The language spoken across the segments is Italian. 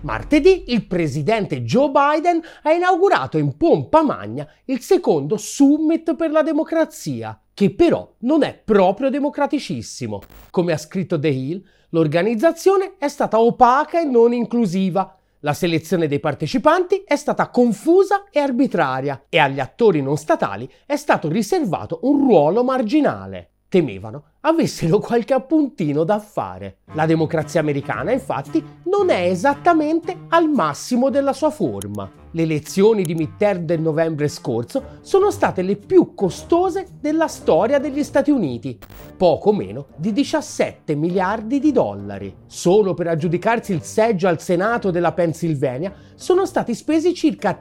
Martedì il presidente Joe Biden ha inaugurato in pompa magna il secondo Summit per la democrazia, che però non è proprio democraticissimo. Come ha scritto The Hill, l'organizzazione è stata opaca e non inclusiva. La selezione dei partecipanti è stata confusa e arbitraria e agli attori non statali è stato riservato un ruolo marginale. Temevano avessero qualche appuntino da fare. La democrazia americana, infatti, non è esattamente al massimo della sua forma. Le elezioni di midterm del novembre scorso sono state le più costose della storia degli Stati Uniti, poco meno di 17 miliardi di dollari. Solo per aggiudicarsi il seggio al Senato della Pennsylvania sono stati spesi circa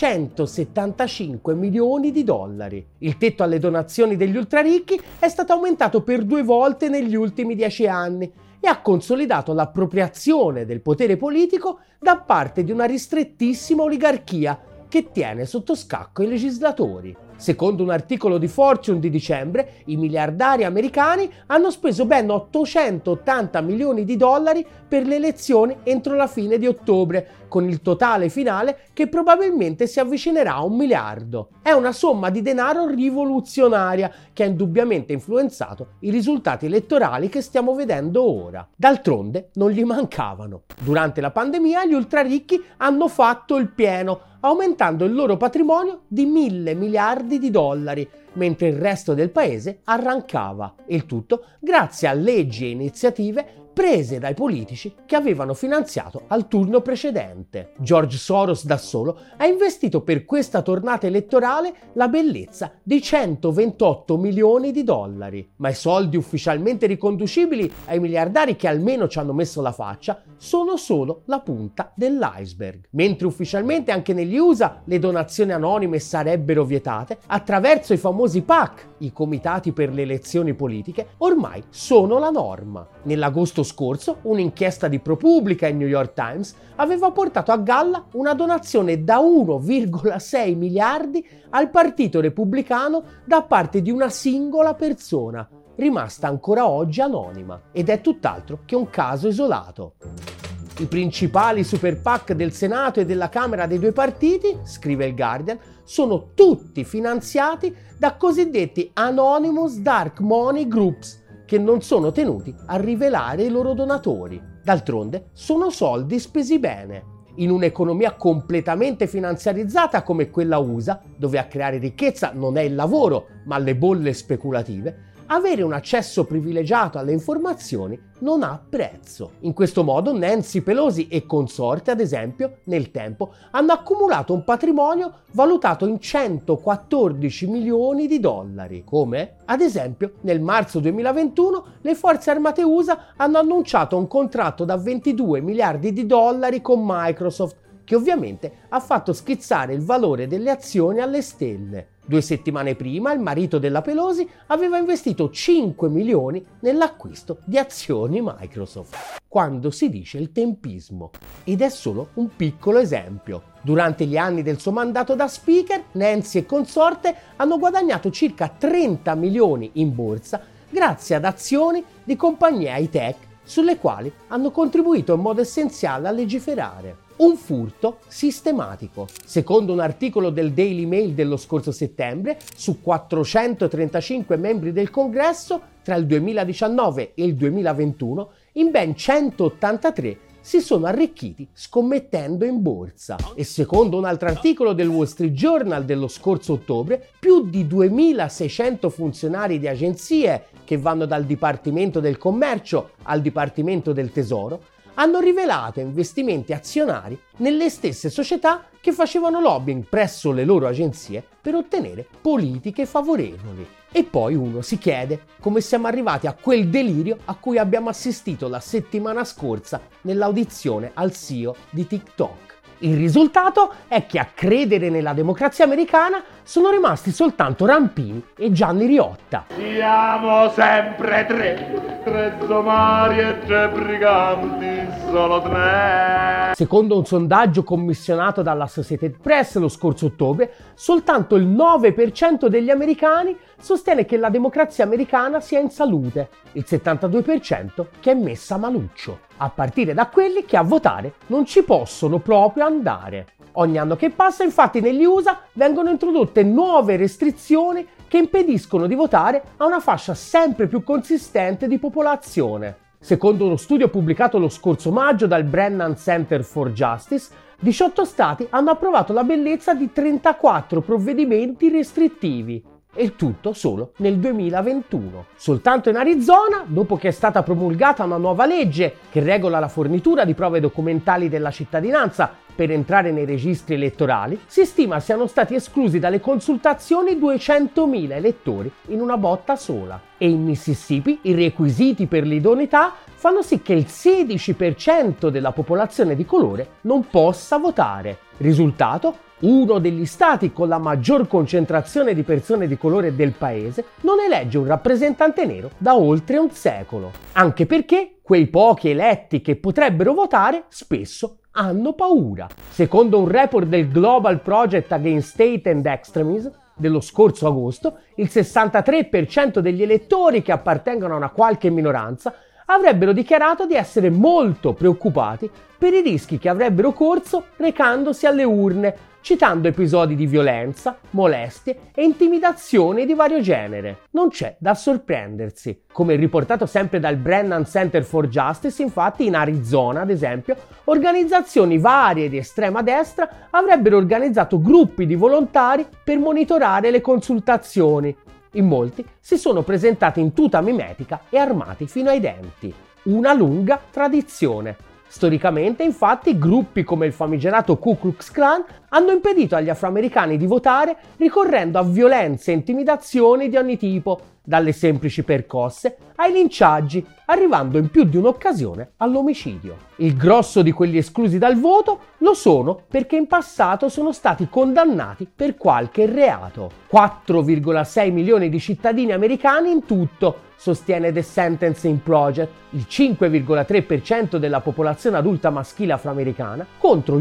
375 milioni di dollari. Il tetto alle donazioni degli ultraricchi è stato aumentato per 2 volte negli ultimi 10 anni e ha consolidato l'appropriazione del potere politico da parte di una ristrettissima oligarchia che tiene sotto scacco i legislatori. Secondo un articolo di Fortune di dicembre, i miliardari americani hanno speso ben 880 milioni di dollari per le elezioni entro la fine di ottobre, con il totale finale che probabilmente si avvicinerà a 1 miliardo. È una somma di denaro rivoluzionaria che ha indubbiamente influenzato i risultati elettorali che stiamo vedendo ora. D'altronde non gli mancavano. Durante la pandemia gli ultraricchi hanno fatto il pieno, aumentando il loro patrimonio di 1.000 miliardi di dollari, mentre il resto del paese arrancava. Il tutto grazie a leggi e iniziative prese dai politici che avevano finanziato al turno precedente. George Soros da solo ha investito per questa tornata elettorale la bellezza di 128 milioni di dollari. Ma i soldi ufficialmente riconducibili ai miliardari che almeno ci hanno messo la faccia sono solo la punta dell'iceberg. Mentre ufficialmente anche negli USA le donazioni anonime sarebbero vietate, attraverso i famosi PAC, i comitati per le elezioni politiche, ormai sono la norma. Nell'agosto scorso un'inchiesta di ProPublica e New York Times aveva portato a galla una donazione da 1,6 miliardi al Partito Repubblicano da parte di una singola persona, rimasta ancora oggi anonima, ed è tutt'altro che un caso isolato. I principali super PAC del Senato e della Camera dei due partiti, scrive il Guardian, sono tutti finanziati da cosiddetti Anonymous Dark Money Groups, che non sono tenuti a rivelare i loro donatori. D'altronde sono soldi spesi bene. In un'economia completamente finanziarizzata come quella USA, dove a creare ricchezza non è il lavoro, ma le bolle speculative, avere un accesso privilegiato alle informazioni non ha prezzo. In questo modo Nancy Pelosi e consorte, ad esempio, nel tempo, hanno accumulato un patrimonio valutato in 114 milioni di dollari. Come? Ad esempio, nel marzo 2021 le forze armate USA hanno annunciato un contratto da 22 miliardi di dollari con Microsoft, che ovviamente ha fatto schizzare il valore delle azioni alle stelle. 2 settimane prima il marito della Pelosi aveva investito 5 milioni nell'acquisto di azioni Microsoft. Quando si dice il tempismo. Ed è solo un piccolo esempio. Durante gli anni del suo mandato da speaker, Nancy e consorte hanno guadagnato circa 30 milioni in borsa grazie ad azioni di compagnie high-tech sulle quali hanno contribuito in modo essenziale a legiferare. Un furto sistematico. Secondo un articolo del Daily Mail dello scorso settembre, su 435 membri del Congresso, tra il 2019 e il 2021, in ben 183 si sono arricchiti scommettendo in borsa. E secondo un altro articolo del Wall Street Journal dello scorso ottobre, più di 2600 funzionari di agenzie che vanno dal Dipartimento del Commercio al Dipartimento del Tesoro hanno rivelato investimenti azionari nelle stesse società che facevano lobbying presso le loro agenzie per ottenere politiche favorevoli. E poi uno si chiede come siamo arrivati a quel delirio a cui abbiamo assistito la settimana scorsa nell'audizione al CEO di TikTok. Il risultato è che a credere nella democrazia americana sono rimasti soltanto Rampini e Gianni Riotta. Siamo sempre tre somari e 3 briganti, solo 3. Secondo un sondaggio commissionato dall'Associated Press lo scorso ottobre, soltanto il 9% degli americani sostiene che la democrazia americana sia in salute, il 72% che è messa maluccio. a partire da quelli che a votare non ci possono proprio andare. Ogni anno che passa, infatti, negli USA vengono introdotte nuove restrizioni che impediscono di votare a una fascia sempre più consistente di popolazione. Secondo uno studio pubblicato lo scorso maggio dal Brennan Center for Justice, 18 stati hanno approvato la bellezza di 34 provvedimenti restrittivi. E il tutto solo nel 2021. Soltanto in Arizona, dopo che è stata promulgata una nuova legge che regola la fornitura di prove documentali della cittadinanza per entrare nei registri elettorali, si stima siano stati esclusi dalle consultazioni 200.000 elettori in una botta sola. E in Mississippi i requisiti per l'idoneità fanno sì che il 16% della popolazione di colore non possa votare. Risultato? Uno degli stati con la maggior concentrazione di persone di colore del paese non elegge un rappresentante nero da oltre un secolo. Anche perché quei pochi eletti che potrebbero votare spesso hanno paura. Secondo un report del Global Project Against Hate and Extremism dello scorso agosto, il 63% degli elettori che appartengono a una qualche minoranza avrebbero dichiarato di essere molto preoccupati per i rischi che avrebbero corso recandosi alle urne, citando episodi di violenza, molestie e intimidazioni di vario genere. Non c'è da sorprendersi. Come riportato sempre dal Brennan Center for Justice, infatti, in Arizona, ad esempio, organizzazioni varie di estrema destra avrebbero organizzato gruppi di volontari per monitorare le consultazioni. In molti si sono presentati in tuta mimetica e armati fino ai denti. Una lunga tradizione. Storicamente, infatti, gruppi come il famigerato Ku Klux Klan hanno impedito agli afroamericani di votare ricorrendo a violenze e intimidazioni di ogni tipo, dalle semplici percosse ai linciaggi, arrivando in più di un'occasione all'omicidio. Il grosso di quelli esclusi dal voto lo sono perché in passato sono stati condannati per qualche reato. 4,6 milioni di cittadini americani in tutto, sostiene The Sentencing Project, il 5,3% della popolazione adulta maschile afroamericana contro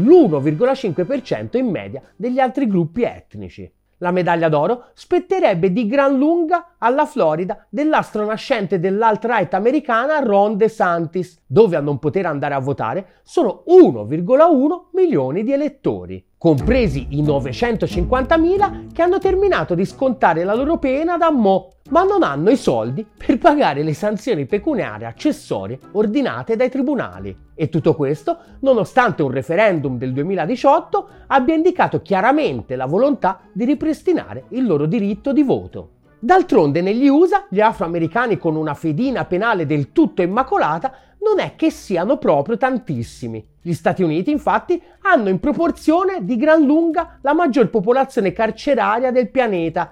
l'1,5% in media degli altri gruppi etnici. La medaglia d'oro spetterebbe di gran lunga alla Florida dell'astro nascente dell'alt-right americana Ron DeSantis, dove a non poter andare a votare sono 1,1 milioni di elettori, compresi i 950.000 che hanno terminato di scontare la loro pena da mo', ma non hanno i soldi per pagare le sanzioni pecuniarie accessorie ordinate dai tribunali. E tutto questo nonostante un referendum del 2018 abbia indicato chiaramente la volontà di ripristinare il loro diritto di voto. D'altronde negli USA gli afroamericani con una fedina penale del tutto immacolata non è che siano proprio tantissimi. Gli Stati Uniti, infatti, hanno in proporzione di gran lunga la maggior popolazione carceraria del pianeta,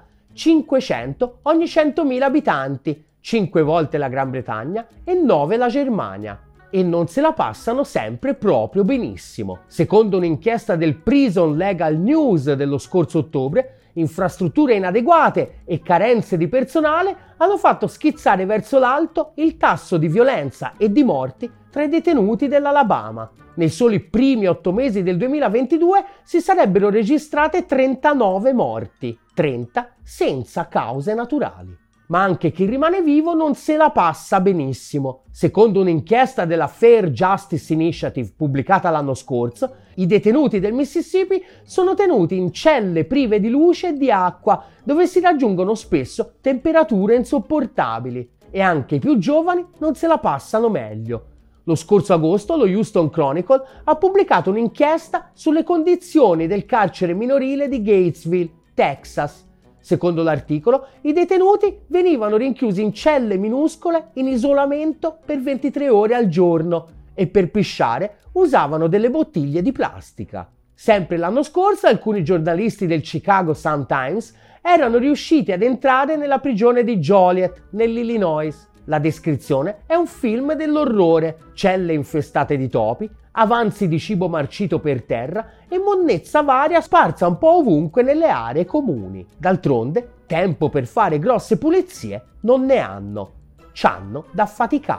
500 ogni 100.000 abitanti, 5 volte la Gran Bretagna e 9 la Germania. E non se la passano sempre proprio benissimo. Secondo un'inchiesta del Prison Legal News dello scorso ottobre, infrastrutture inadeguate e carenze di personale hanno fatto schizzare verso l'alto il tasso di violenza e di morti tra i detenuti dell'Alabama. Nei soli primi 8 mesi del 2022 si sarebbero registrate 39 morti, 30 senza cause naturali. Ma anche chi rimane vivo non se la passa benissimo. Secondo un'inchiesta della Fair Justice Initiative pubblicata l'anno scorso, i detenuti del Mississippi sono tenuti in celle prive di luce e di acqua, dove si raggiungono spesso temperature insopportabili. E anche i più giovani non se la passano meglio. Lo scorso agosto lo Houston Chronicle ha pubblicato un'inchiesta sulle condizioni del carcere minorile di Gatesville, Texas. Secondo l'articolo, i detenuti venivano rinchiusi in celle minuscole in isolamento per 23 ore al giorno e per pisciare usavano delle bottiglie di plastica. Sempre l'anno scorso alcuni giornalisti del Chicago Sun-Times erano riusciti ad entrare nella prigione di Joliet, nell'Illinois. La descrizione è un film dell'orrore, celle infestate di topi, avanzi di cibo marcito per terra e monnezza varia sparsa un po' ovunque nelle aree comuni. D'altronde, tempo per fare grosse pulizie non ne hanno. C'hanno da faticare.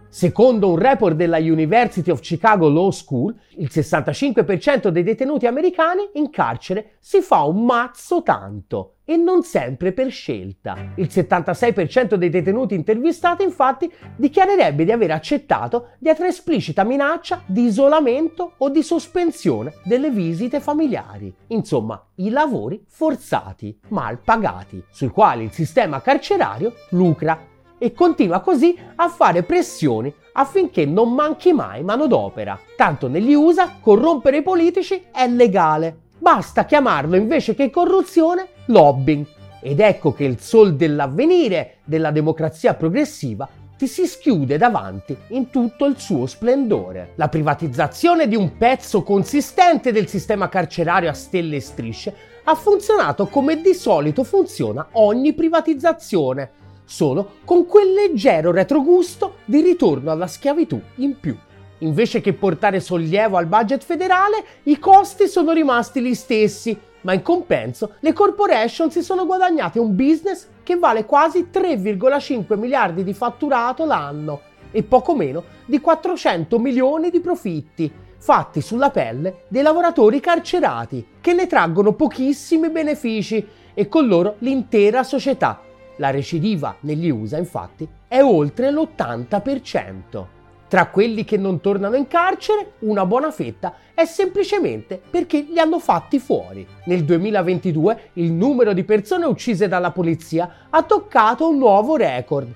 Secondo un report della University of Chicago Law School, il 65% dei detenuti americani in carcere si fa un mazzo tanto e non sempre per scelta. Il 76% dei detenuti intervistati infatti dichiarerebbe di aver accettato dietro esplicita minaccia di isolamento o di sospensione delle visite familiari. Insomma, i lavori forzati, mal pagati, sui quali il sistema carcerario lucra e continua così a fare pressioni affinché non manchi mai manodopera. Tanto negli USA corrompere i politici è legale. Basta chiamarlo invece che corruzione lobbying. Ed ecco che il sol dell'avvenire della democrazia progressiva ti si schiude davanti in tutto il suo splendore. La privatizzazione di un pezzo consistente del sistema carcerario a stelle e strisce ha funzionato come di solito funziona ogni privatizzazione, solo con quel leggero retrogusto di ritorno alla schiavitù in più. Invece che portare sollievo al budget federale, i costi sono rimasti gli stessi, ma in compenso le corporation si sono guadagnate un business che vale quasi 3,5 miliardi di fatturato l'anno e poco meno di 400 milioni di profitti, fatti sulla pelle dei lavoratori carcerati, che ne traggono pochissimi benefici e con loro l'intera società. La recidiva negli USA, infatti, è oltre l'80%. Tra quelli che non tornano in carcere, una buona fetta è semplicemente perché li hanno fatti fuori. Nel 2022 il numero di persone uccise dalla polizia ha toccato un nuovo record,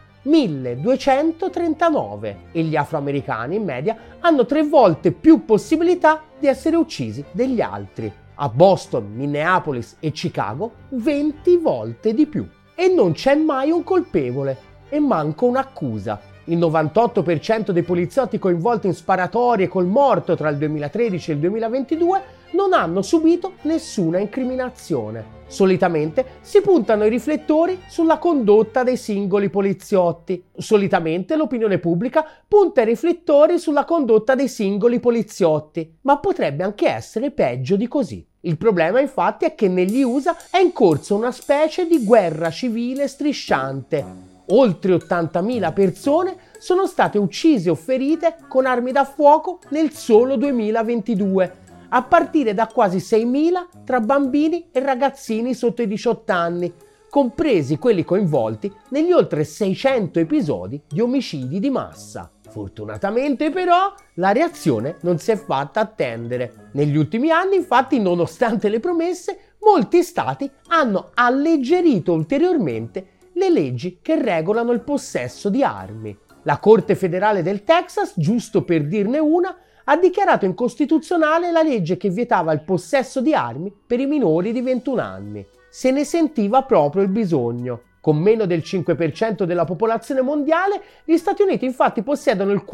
1239, e gli afroamericani in media hanno 3 volte più possibilità di essere uccisi degli altri. A Boston, Minneapolis e Chicago 20 volte di più. E non c'è mai un colpevole e manco un'accusa. Il 98% dei poliziotti coinvolti in sparatorie col morto tra il 2013 e il 2022 non hanno subito nessuna incriminazione. Solitamente si puntano i riflettori sulla condotta dei singoli poliziotti. Solitamente l'opinione pubblica punta i riflettori sulla condotta dei singoli poliziotti, ma potrebbe anche essere peggio di così. Il problema infatti è che negli USA è in corso una specie di guerra civile strisciante. Oltre 80.000 persone sono state uccise o ferite con armi da fuoco nel solo 2022, a partire da quasi 6.000 tra bambini e ragazzini sotto i 18 anni, compresi quelli coinvolti negli oltre 600 episodi di omicidi di massa. Fortunatamente però la reazione non si è fatta attendere. Negli ultimi anni, infatti, nonostante le promesse, molti stati hanno alleggerito ulteriormente le leggi che regolano il possesso di armi. La Corte federale del Texas, giusto per dirne una, ha dichiarato incostituzionale la legge che vietava il possesso di armi per i minori di 21 anni. Se ne sentiva proprio il bisogno. Con meno del 5% della popolazione mondiale, gli Stati Uniti infatti possiedono il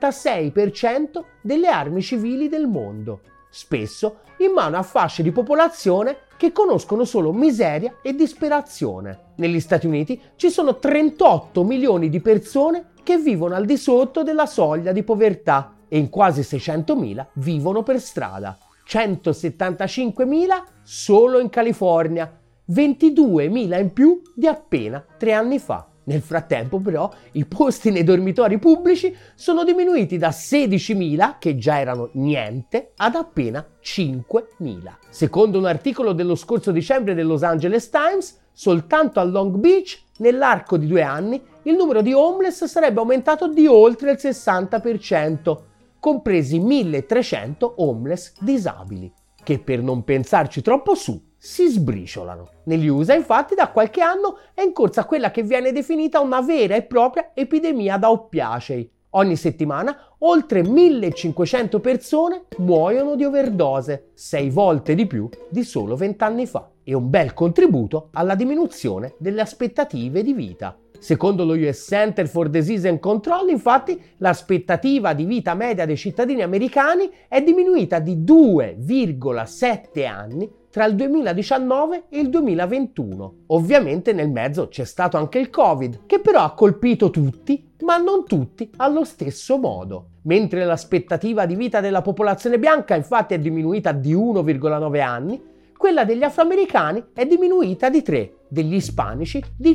46% delle armi civili del mondo, spesso in mano a fasce di popolazione che conoscono solo miseria e disperazione. Negli Stati Uniti ci sono 38 milioni di persone che vivono al di sotto della soglia di povertà e in quasi 600.000 vivono per strada, 175.000 solo in California, 22.000 in più di appena 3 anni fa. Nel frattempo però i posti nei dormitori pubblici sono diminuiti da 16.000, che già erano niente, ad appena 5.000. Secondo un articolo dello scorso dicembre del Los Angeles Times, soltanto a Long Beach, nell'arco di 2 anni, il numero di homeless sarebbe aumentato di oltre il 60%, compresi 1.300 homeless disabili, che per non pensarci troppo su, si sbriciolano. Negli USA, infatti, da qualche anno è in corsa quella che viene definita una vera e propria epidemia da oppiacei. Ogni settimana oltre 1.500 persone muoiono di overdose, 6 volte di più di solo 20 anni fa, e un bel contributo alla diminuzione delle aspettative di vita. Secondo lo US Center for Disease and Control, infatti, l'aspettativa di vita media dei cittadini americani è diminuita di 2,7 anni tra il 2019 e il 2021. Ovviamente nel mezzo c'è stato anche il Covid, che però ha colpito tutti, ma non tutti allo stesso modo. Mentre l'aspettativa di vita della popolazione bianca infatti è diminuita di 1,9 anni, quella degli afroamericani è diminuita di 3, degli ispanici di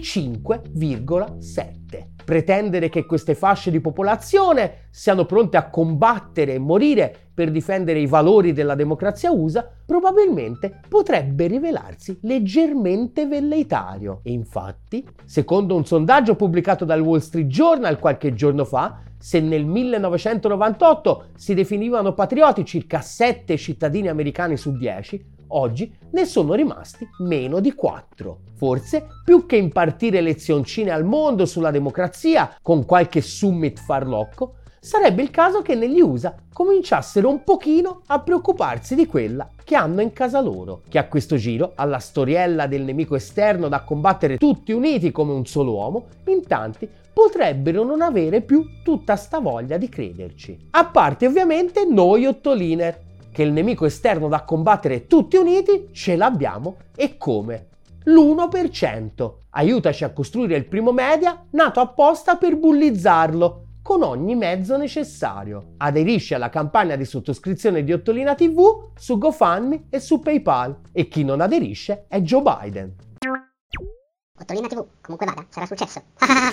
5,7. Pretendere che queste fasce di popolazione siano pronte a combattere e morire per difendere i valori della democrazia USA probabilmente potrebbe rivelarsi leggermente velleitario. E infatti, secondo un sondaggio pubblicato dal Wall Street Journal qualche giorno fa, se nel 1998 si definivano patrioti circa 7 cittadini americani su 10, oggi ne sono rimasti meno di 4. Forse, più che impartire lezioncine al mondo sulla democrazia con qualche summit farlocco, sarebbe il caso che negli USA cominciassero un pochino a preoccuparsi di quella che hanno in casa loro, che a questo giro, alla storiella del nemico esterno da combattere tutti uniti come un solo uomo, in tanti potrebbero non avere più tutta sta voglia di crederci. A parte ovviamente noi ottoliner, che il nemico esterno da combattere tutti uniti ce l'abbiamo e come? L'1%. Aiutaci a costruire il primo media nato apposta per bullizzarlo con ogni mezzo necessario. Aderisci alla campagna di sottoscrizione di Ottolina TV su GoFundMe e su PayPal e chi non aderisce è Joe Biden. Ottolina TV, comunque vada, sarà successo.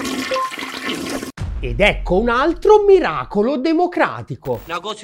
Ed ecco un altro miracolo democratico.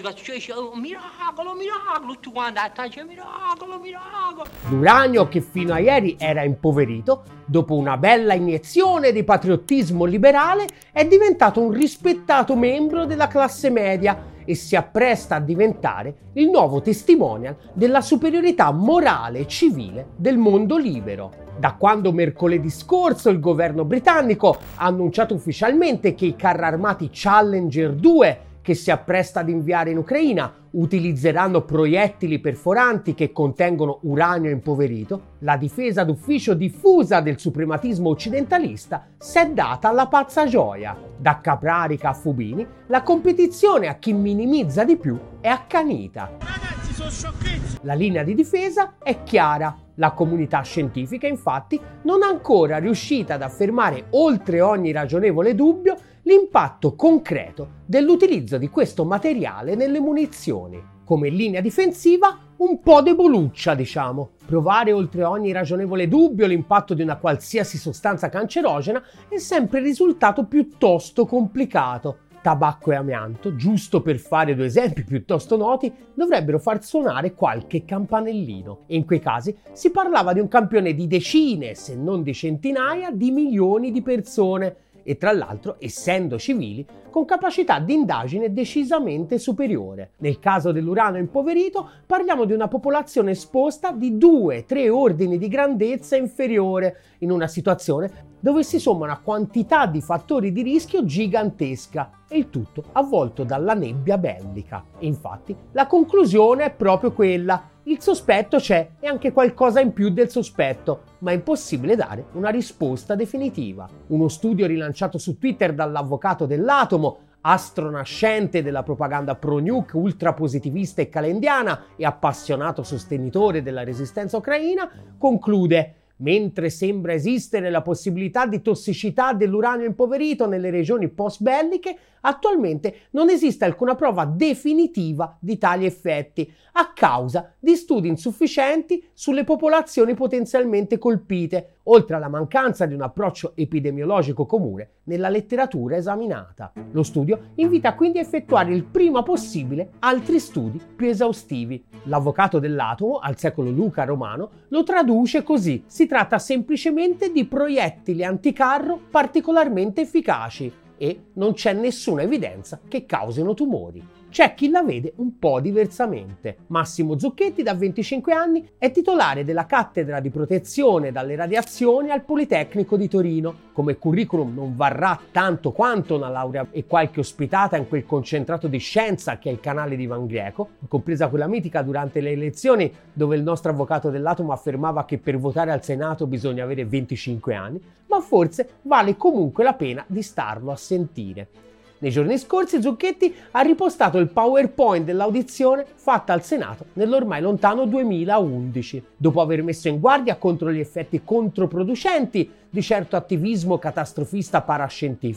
Miracolo, tu quando miracolo. L'uranio, che fino a ieri era impoverito, dopo una bella iniezione di patriottismo liberale, è diventato un rispettato membro della classe media e si appresta a diventare il nuovo testimonial della superiorità morale e civile del mondo libero. Da quando mercoledì scorso il governo britannico ha annunciato ufficialmente che i carri armati Challenger 2 che si appresta ad inviare in Ucraina utilizzeranno proiettili perforanti che contengono uranio impoverito, la difesa d'ufficio diffusa del suprematismo occidentalista si è data alla pazza gioia. Da Caprarica a Fubini, la competizione a chi minimizza di più è accanita. Ragazzi, sono sciocchezze! La linea di difesa è chiara. La comunità scientifica, infatti, non è ancora riuscita ad affermare oltre ogni ragionevole dubbio l'impatto concreto dell'utilizzo di questo materiale nelle munizioni. Come linea difensiva, un po' deboluccia, diciamo. Provare oltre ogni ragionevole dubbio l'impatto di una qualsiasi sostanza cancerogena è sempre risultato piuttosto complicato. Tabacco e amianto, giusto per fare due esempi piuttosto noti, dovrebbero far suonare qualche campanellino. E in quei casi si parlava di un campione di decine, se non di centinaia, di milioni di persone, e tra l'altro, essendo civili, con capacità di indagine decisamente superiore. Nel caso dell'uranio impoverito parliamo di una popolazione esposta di 2-3 ordini di grandezza inferiore, in una situazione dove si somma una quantità di fattori di rischio gigantesca e il tutto avvolto dalla nebbia bellica. E infatti la conclusione è proprio quella. Il sospetto c'è e anche qualcosa in più del sospetto, ma è impossibile dare una risposta definitiva. Uno studio rilanciato su Twitter dall'avvocato dell'atomo, astronascente della propaganda pro-nuke, ultrapositivista e calendiana e appassionato sostenitore della resistenza ucraina, conclude: mentre sembra esistere la possibilità di tossicità dell'uranio impoverito nelle regioni post-belliche, attualmente non esiste alcuna prova definitiva di tali effetti, a causa di studi insufficienti sulle popolazioni potenzialmente colpite, oltre alla mancanza di un approccio epidemiologico comune nella letteratura esaminata. Lo studio invita quindi a effettuare il prima possibile altri studi più esaustivi. L'avvocato dell'atomo, al secolo Luca Romano, lo traduce così: si tratta semplicemente di proiettili anticarro particolarmente efficaci e non c'è nessuna evidenza che causino tumori. C'è chi la vede un po' diversamente. Massimo Zucchetti, da 25 anni, è titolare della cattedra di protezione dalle radiazioni al Politecnico di Torino. Come curriculum non varrà tanto quanto una laurea e qualche ospitata in quel concentrato di scienza che è il canale di Van Greco, compresa quella mitica durante le elezioni dove il nostro avvocato dell'atomo affermava che per votare al Senato bisogna avere 25 anni, ma forse vale comunque la pena di starlo a sentire. Nei giorni scorsi Zucchetti ha ripostato il PowerPoint dell'audizione fatta al Senato nell'ormai lontano 2011, dopo aver messo in guardia contro gli effetti controproducenti di certo attivismo catastrofista parascientifico.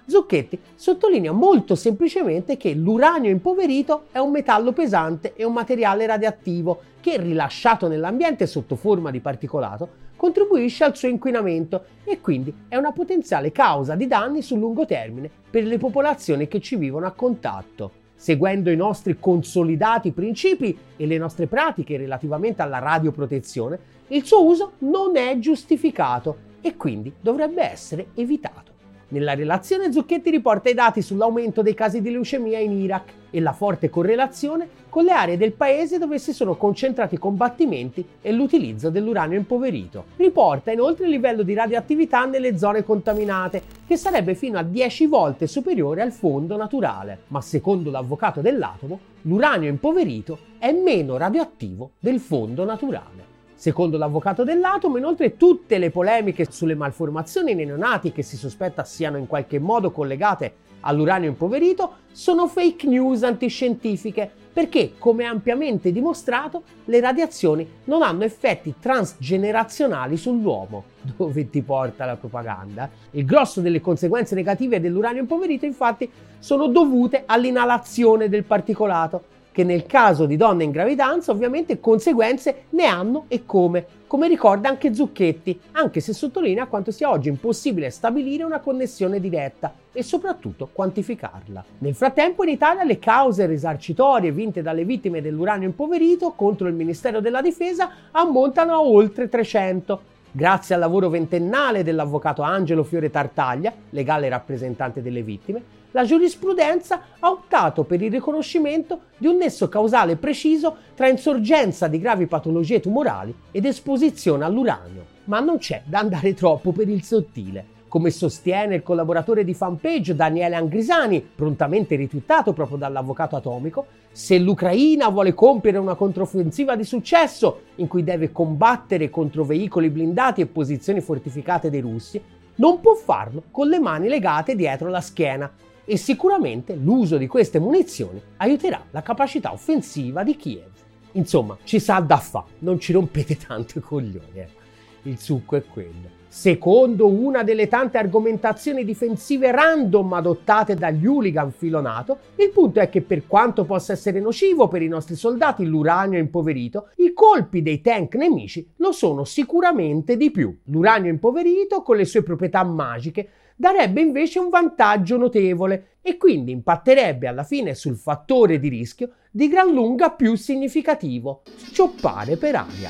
Zucchetti sottolinea molto semplicemente che l'uranio impoverito è un metallo pesante e un materiale radioattivo che, rilasciato nell'ambiente sotto forma di particolato, contribuisce al suo inquinamento e quindi è una potenziale causa di danni sul lungo termine per le popolazioni che ci vivono a contatto. Seguendo i nostri consolidati principi e le nostre pratiche relativamente alla radioprotezione, il suo uso non è giustificato e quindi dovrebbe essere evitato. Nella relazione Zucchetti riporta i dati sull'aumento dei casi di leucemia in Iraq e la forte correlazione con le aree del paese dove si sono concentrati i combattimenti e l'utilizzo dell'uranio impoverito. Riporta inoltre il livello di radioattività nelle zone contaminate, che sarebbe fino a 10 volte superiore al fondo naturale, ma secondo l'avvocato dell'atomo, l'uranio impoverito è meno radioattivo del fondo naturale. Secondo l'avvocato dell'atomo, inoltre, tutte le polemiche sulle malformazioni nei neonati che si sospetta siano in qualche modo collegate all'uranio impoverito sono fake news antiscientifiche, perché, come ampiamente dimostrato, le radiazioni non hanno effetti transgenerazionali sull'uomo. Dove ti porta la propaganda? Il grosso delle conseguenze negative dell'uranio impoverito, infatti, sono dovute all'inalazione del particolato, che nel caso di donne in gravidanza ovviamente conseguenze ne hanno e come ricorda anche Zucchetti, anche se sottolinea quanto sia oggi impossibile stabilire una connessione diretta e soprattutto quantificarla. Nel frattempo in Italia le cause risarcitorie vinte dalle vittime dell'uranio impoverito contro il Ministero della Difesa ammontano a oltre 300. Grazie al lavoro ventennale dell'avvocato Angelo Fiore Tartaglia, legale rappresentante delle vittime, la giurisprudenza ha optato per il riconoscimento di un nesso causale preciso tra insorgenza di gravi patologie tumorali ed esposizione all'uranio. Ma non c'è da andare troppo per il sottile. Come sostiene il collaboratore di fanpage Daniele Angrisani, prontamente ritwittato proprio dall'avvocato atomico, se l'Ucraina vuole compiere una controffensiva di successo in cui deve combattere contro veicoli blindati e posizioni fortificate dei russi, non può farlo con le mani legate dietro la schiena. E sicuramente l'uso di queste munizioni aiuterà la capacità offensiva di Kiev. Insomma, ci sa da fa, non ci rompete tanto i coglioni. Il succo è quello. Secondo una delle tante argomentazioni difensive random adottate dagli hooligan filo NATO, il punto è che per quanto possa essere nocivo per i nostri soldati l'uranio impoverito, i colpi dei tank nemici lo sono sicuramente di più. L'uranio impoverito, con le sue proprietà magiche, darebbe invece un vantaggio notevole e quindi impatterebbe alla fine sul fattore di rischio di gran lunga più significativo: scioppare per aria.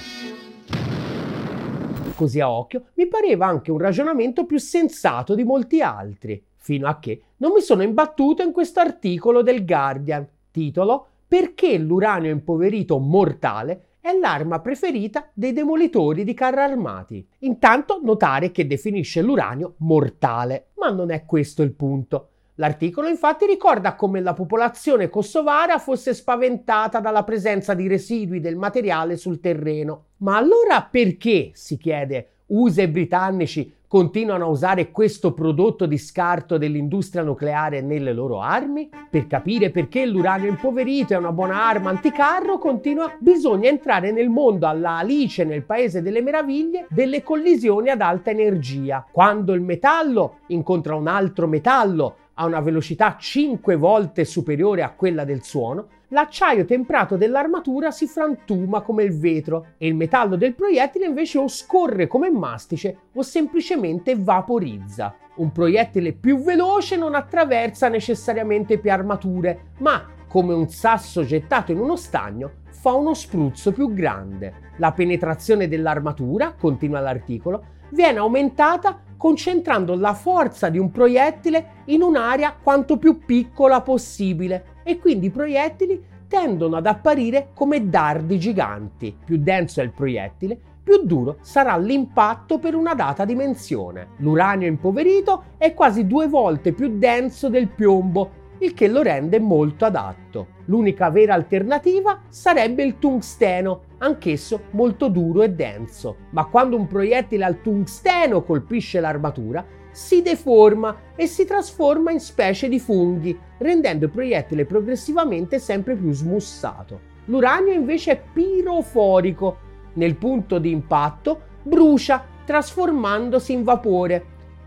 Così a occhio mi pareva anche un ragionamento più sensato di molti altri, fino a che non mi sono imbattuto in questo articolo del Guardian, titolo "Perché l'uranio impoverito mortale è l'arma preferita dei demolitori di carri armati". Intanto notare che definisce l'uranio mortale, ma non è questo il punto. L'articolo infatti ricorda come la popolazione kosovara fosse spaventata dalla presenza di residui del materiale sul terreno. Ma allora perché, si chiede, USA e britannici continuano a usare questo prodotto di scarto dell'industria nucleare nelle loro armi? Per capire perché l'uranio impoverito è una buona arma anticarro, bisogna entrare nel mondo alla Alice nel Paese delle Meraviglie delle collisioni ad alta energia. Quando il metallo incontra un altro metallo a una velocità 5 volte superiore a quella del suono, l'acciaio temprato dell'armatura si frantuma come il vetro e il metallo del proiettile invece o scorre come mastice o semplicemente vaporizza. Un proiettile più veloce non attraversa necessariamente più armature, ma, come un sasso gettato in uno stagno, fa uno spruzzo più grande. La penetrazione dell'armatura, continua l'articolo, viene aumentata concentrando la forza di un proiettile in un'area quanto più piccola possibile e quindi i proiettili tendono ad apparire come dardi giganti. Più denso è il proiettile, più duro sarà l'impatto per una data dimensione. L'uranio impoverito è quasi 2 volte più denso del piombo, il che lo rende molto adatto. L'unica vera alternativa sarebbe il tungsteno, anch'esso molto duro e denso. Ma quando un proiettile al tungsteno colpisce l'armatura, si deforma e si trasforma in specie di funghi, rendendo il proiettile progressivamente sempre più smussato. L'uranio invece è piroforico. Nel punto di impatto brucia, trasformandosi in vapore.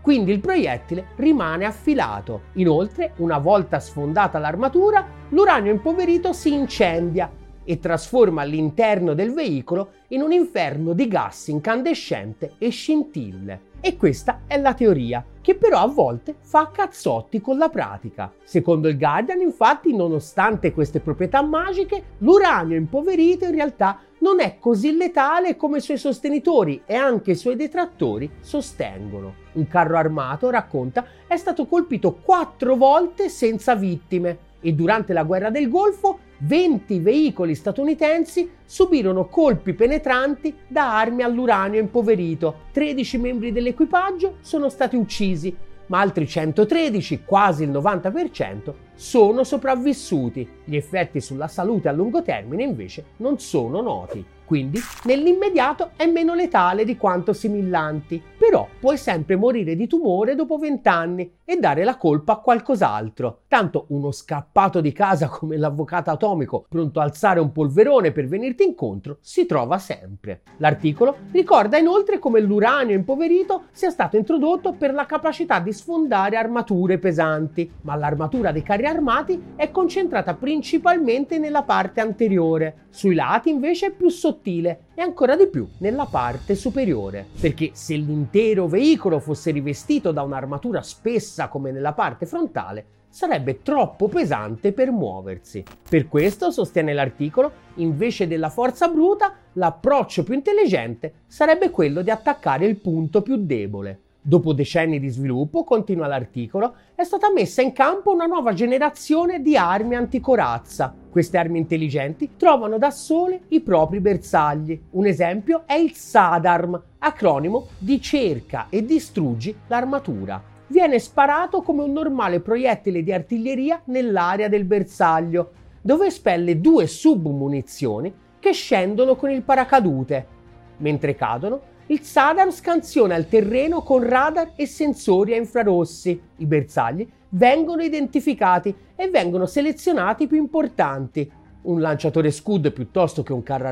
quindi il proiettile rimane affilato. Inoltre, una volta sfondata l'armatura, l'uranio impoverito si incendia e trasforma l'interno del veicolo in un inferno di gas incandescente e scintille. E questa è la teoria, che però a volte fa a cazzotti con la pratica. Secondo il Guardian, infatti, nonostante queste proprietà magiche, l'uranio impoverito in realtà non è così letale come i suoi sostenitori e anche i suoi detrattori sostengono. Un carro armato, racconta, è stato colpito 4 volte senza vittime e durante la guerra del Golfo 20 veicoli statunitensi subirono colpi penetranti da armi all'uranio impoverito. 13 membri dell'equipaggio sono stati uccisi, ma altri 113, quasi il 90%, sono sopravvissuti. Gli effetti sulla salute a lungo termine invece non sono noti. Quindi nell'immediato è meno letale di quanto si millanti, però puoi sempre morire di tumore dopo 20 anni e dare la colpa a qualcos'altro. Tanto uno scappato di casa come l'avvocato atomico pronto a alzare un polverone per venirti incontro si trova sempre. L'articolo ricorda inoltre come l'uranio impoverito sia stato introdotto per la capacità di sfondare armature pesanti, ma l'armatura dei carri armati è concentrata principalmente nella parte anteriore. Sui lati invece è più sottile e ancora di più nella parte superiore, perché se l'intero veicolo fosse rivestito da un'armatura spessa come nella parte frontale, sarebbe troppo pesante per muoversi. Per questo, sostiene l'articolo, invece della forza bruta, l'approccio più intelligente sarebbe quello di attaccare il punto più debole. Dopo decenni di sviluppo, continua l'articolo, è stata messa in campo una nuova generazione di armi anticorazza. Queste armi intelligenti trovano da sole i propri bersagli. Un esempio è il SADARM, acronimo di cerca e distruggi l'armatura. Viene sparato come un normale proiettile di artiglieria nell'area del bersaglio, dove espelle 2 submunizioni che scendono con il paracadute. Mentre cadono, il SADARM scansiona il terreno con radar e sensori a infrarossi. I bersagli vengono identificati e vengono selezionati i più importanti. Un lanciatore Scud piuttosto che un carro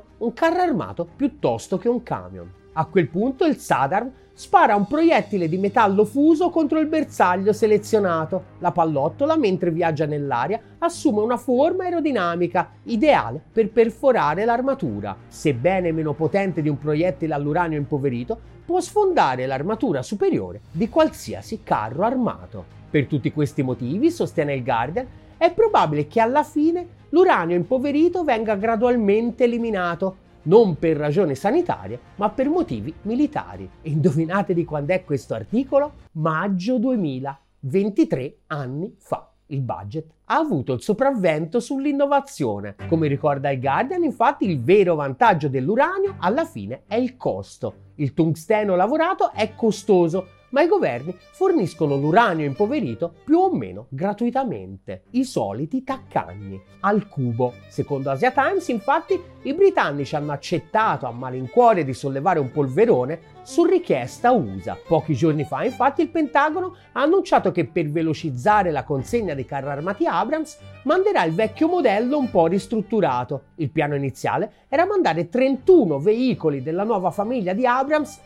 armato piuttosto che un camion. A quel punto il SADARM spara un proiettile di metallo fuso contro il bersaglio selezionato. La pallottola, mentre viaggia nell'aria, assume una forma aerodinamica ideale per perforare l'armatura. Sebbene meno potente di un proiettile all'uranio impoverito, può sfondare l'armatura superiore di qualsiasi carro armato. Per tutti questi motivi, sostiene il Guardian, è probabile che alla fine l'uranio impoverito venga gradualmente eliminato, non per ragioni sanitarie, ma per motivi militari. E indovinate di quando è questo articolo? Maggio 2000, 23 anni fa. Il budget ha avuto il sopravvento sull'innovazione. Come ricorda il Guardian, infatti, il vero vantaggio dell'uranio alla fine è il costo. Il tungsteno lavorato è costoso, ma i governi forniscono l'uranio impoverito più o meno gratuitamente. I soliti taccagni. Al cubo. Secondo Asia Times, infatti, i britannici hanno accettato a malincuore di sollevare un polverone su richiesta USA. Pochi giorni fa, infatti, il Pentagono ha annunciato che per velocizzare la consegna dei carri armati Abrams manderà il vecchio modello un po' ristrutturato. Il piano iniziale era mandare 31 veicoli della nuova famiglia di Abrams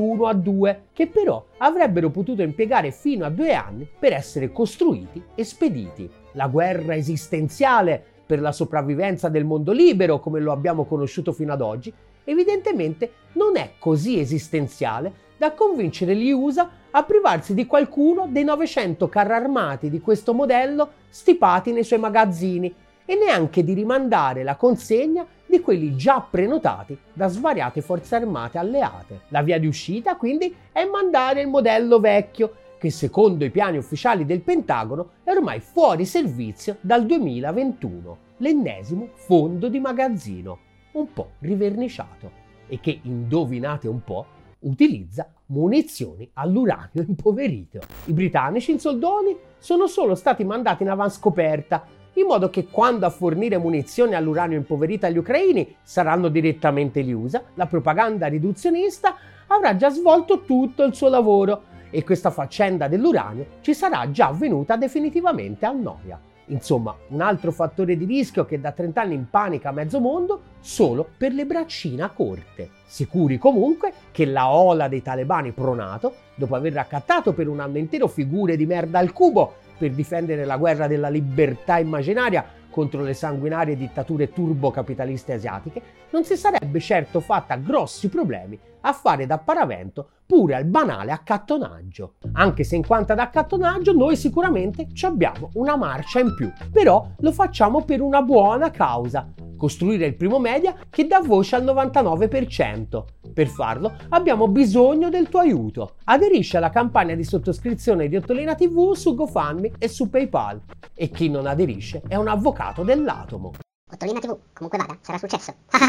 M1A2, che però avrebbero potuto impiegare fino a 2 anni per essere costruiti e spediti. La guerra esistenziale per la sopravvivenza del mondo libero, come lo abbiamo conosciuto fino ad oggi, evidentemente non è così esistenziale da convincere gli USA a privarsi di qualcuno dei 900 carri armati di questo modello stipati nei suoi magazzini e neanche di rimandare la consegna di quelli già prenotati da svariate forze armate alleate. La via di uscita, quindi, è mandare il modello vecchio, che secondo i piani ufficiali del Pentagono è ormai fuori servizio dal 2021, l'ennesimo fondo di magazzino, un po' riverniciato, e che, indovinate un po', utilizza munizioni all'uranio impoverito. I britannici in soldoni sono solo stati mandati in avanscoperta, in modo che quando a fornire munizioni all'uranio impoverito agli ucraini saranno direttamente gli USA, la propaganda riduzionista avrà già svolto tutto il suo lavoro e questa faccenda dell'uranio ci sarà già avvenuta definitivamente a noia. Insomma, un altro fattore di rischio che da 30 anni impanica mezzo mondo solo per le braccine corte. Sicuri comunque che la ola dei talebani pronato, dopo aver raccattato per un anno intero figure di merda al cubo per difendere la guerra della libertà immaginaria contro le sanguinarie dittature turbocapitaliste asiatiche, non si sarebbe certo fatta grossi problemi a fare da paravento pure al banale accattonaggio. Anche se in quanto ad accattonaggio noi sicuramente ci abbiamo una marcia in più, però lo facciamo per una buona causa: costruire il primo media che dà voce al 99%. Per farlo abbiamo bisogno del tuo aiuto. Aderisci alla campagna di sottoscrizione di Ottolina TV su GoFundMe e su PayPal. E chi non aderisce è un avvocato dell'atomo. Ottolina TV, comunque vada, sarà successo.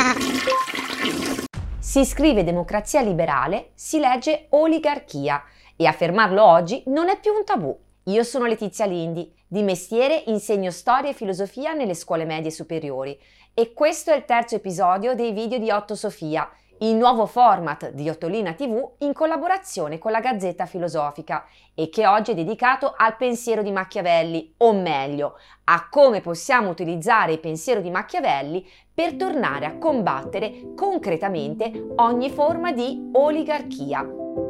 Si scrive democrazia liberale, si legge oligarchia e affermarlo oggi non è più un tabù. Io sono Letizia Lindi, di mestiere insegno storia e filosofia nelle scuole medie superiori e questo è il terzo episodio dei video di Otto Sofia, il nuovo format di Ottolina TV in collaborazione con la Gazzetta Filosofica e che oggi è dedicato al pensiero di Machiavelli, o meglio, a come possiamo utilizzare il pensiero di Machiavelli per tornare a combattere concretamente ogni forma di oligarchia.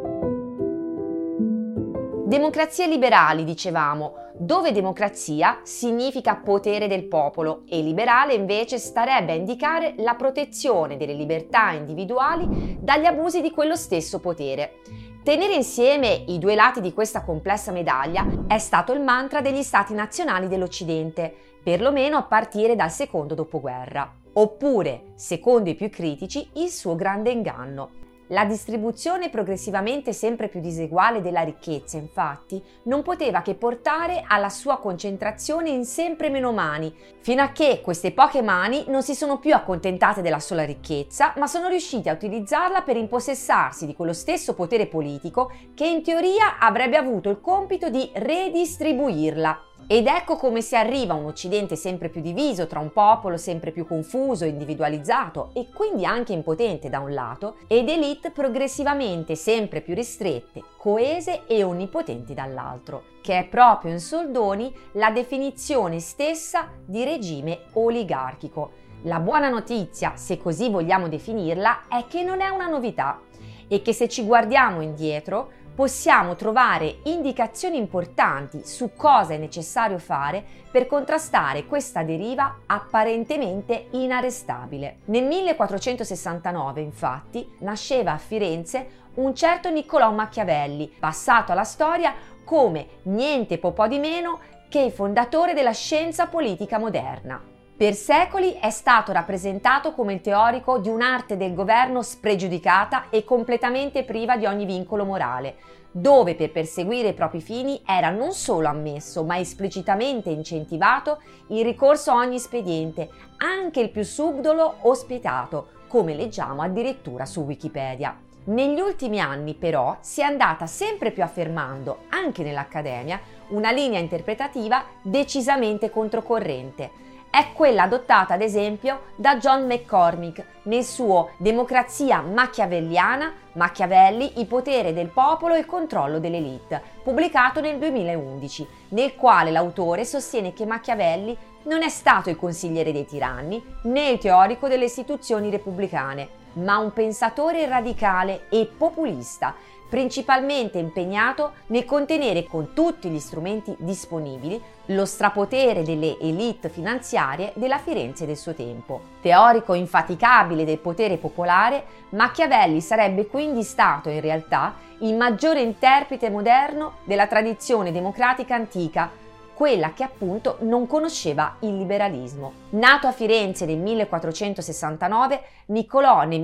Democrazie liberali, dicevamo, dove democrazia significa potere del popolo e liberale invece starebbe a indicare la protezione delle libertà individuali dagli abusi di quello stesso potere. Tenere insieme i due lati di questa complessa medaglia è stato il mantra degli stati nazionali dell'Occidente, perlomeno a partire dal secondo dopoguerra. Oppure, secondo i più critici, il suo grande inganno. La distribuzione progressivamente sempre più diseguale della ricchezza, infatti, non poteva che portare alla sua concentrazione in sempre meno mani, fino a che queste poche mani non si sono più accontentate della sola ricchezza, ma sono riuscite a utilizzarla per impossessarsi di quello stesso potere politico che in teoria avrebbe avuto il compito di redistribuirla. Ed ecco come si arriva a un Occidente sempre più diviso tra un popolo sempre più confuso, individualizzato e quindi anche impotente da un lato, ed elite progressivamente sempre più ristrette, coese e onnipotenti dall'altro, che è proprio in soldoni la definizione stessa di regime oligarchico. La buona notizia, se così vogliamo definirla, è che non è una novità e che se ci guardiamo indietro possiamo trovare indicazioni importanti su cosa è necessario fare per contrastare questa deriva apparentemente inarrestabile. Nel 1469, infatti, nasceva a Firenze un certo Niccolò Machiavelli, passato alla storia come niente po' di meno che il fondatore della scienza politica moderna. Per secoli è stato rappresentato come il teorico di un'arte del governo spregiudicata e completamente priva di ogni vincolo morale, dove per perseguire i propri fini era non solo ammesso, ma esplicitamente incentivato il ricorso a ogni spediente, anche il più subdolo o spietato, come leggiamo addirittura su Wikipedia. Negli ultimi anni, però, si è andata sempre più affermando, anche nell'accademia, una linea interpretativa decisamente controcorrente. È quella adottata ad esempio da John McCormick nel suo Democrazia machiavelliana, Machiavelli, il potere del popolo e il controllo dell'elite, pubblicato nel 2011, nel quale l'autore sostiene che Machiavelli non è stato il consigliere dei tiranni né il teorico delle istituzioni repubblicane, ma un pensatore radicale e populista, principalmente impegnato nel contenere con tutti gli strumenti disponibili lo strapotere delle élite finanziarie della Firenze del suo tempo. Teorico infaticabile del potere popolare, Machiavelli sarebbe quindi stato in realtà il maggiore interprete moderno della tradizione democratica antica, quella che appunto non conosceva il liberalismo. Nato a Firenze nel 1469, Niccolò nel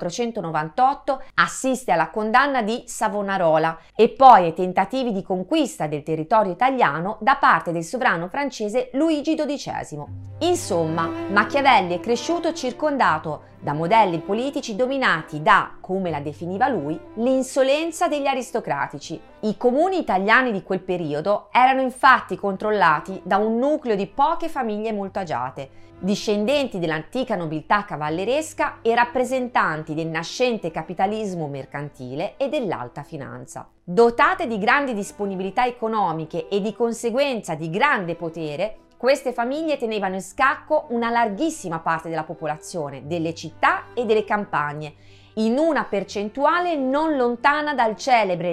1498 assiste alla condanna di Savonarola e poi ai tentativi di conquista del territorio italiano da parte del sovrano francese Luigi XII. Insomma, Machiavelli è cresciuto circondato da modelli politici dominati da, come la definiva lui, l'insolenza degli aristocratici. I comuni italiani di quel periodo erano infatti controllati da un nucleo di poche famiglie molto agiate, discendenti dell'antica nobiltà cavalleresca e rappresentanti del nascente capitalismo mercantile e dell'alta finanza. Dotate di grandi disponibilità economiche e di conseguenza di grande potere, Queste famiglie tenevano in scacco una larghissima parte della popolazione, delle città e delle campagne, in una percentuale non lontana dal celebre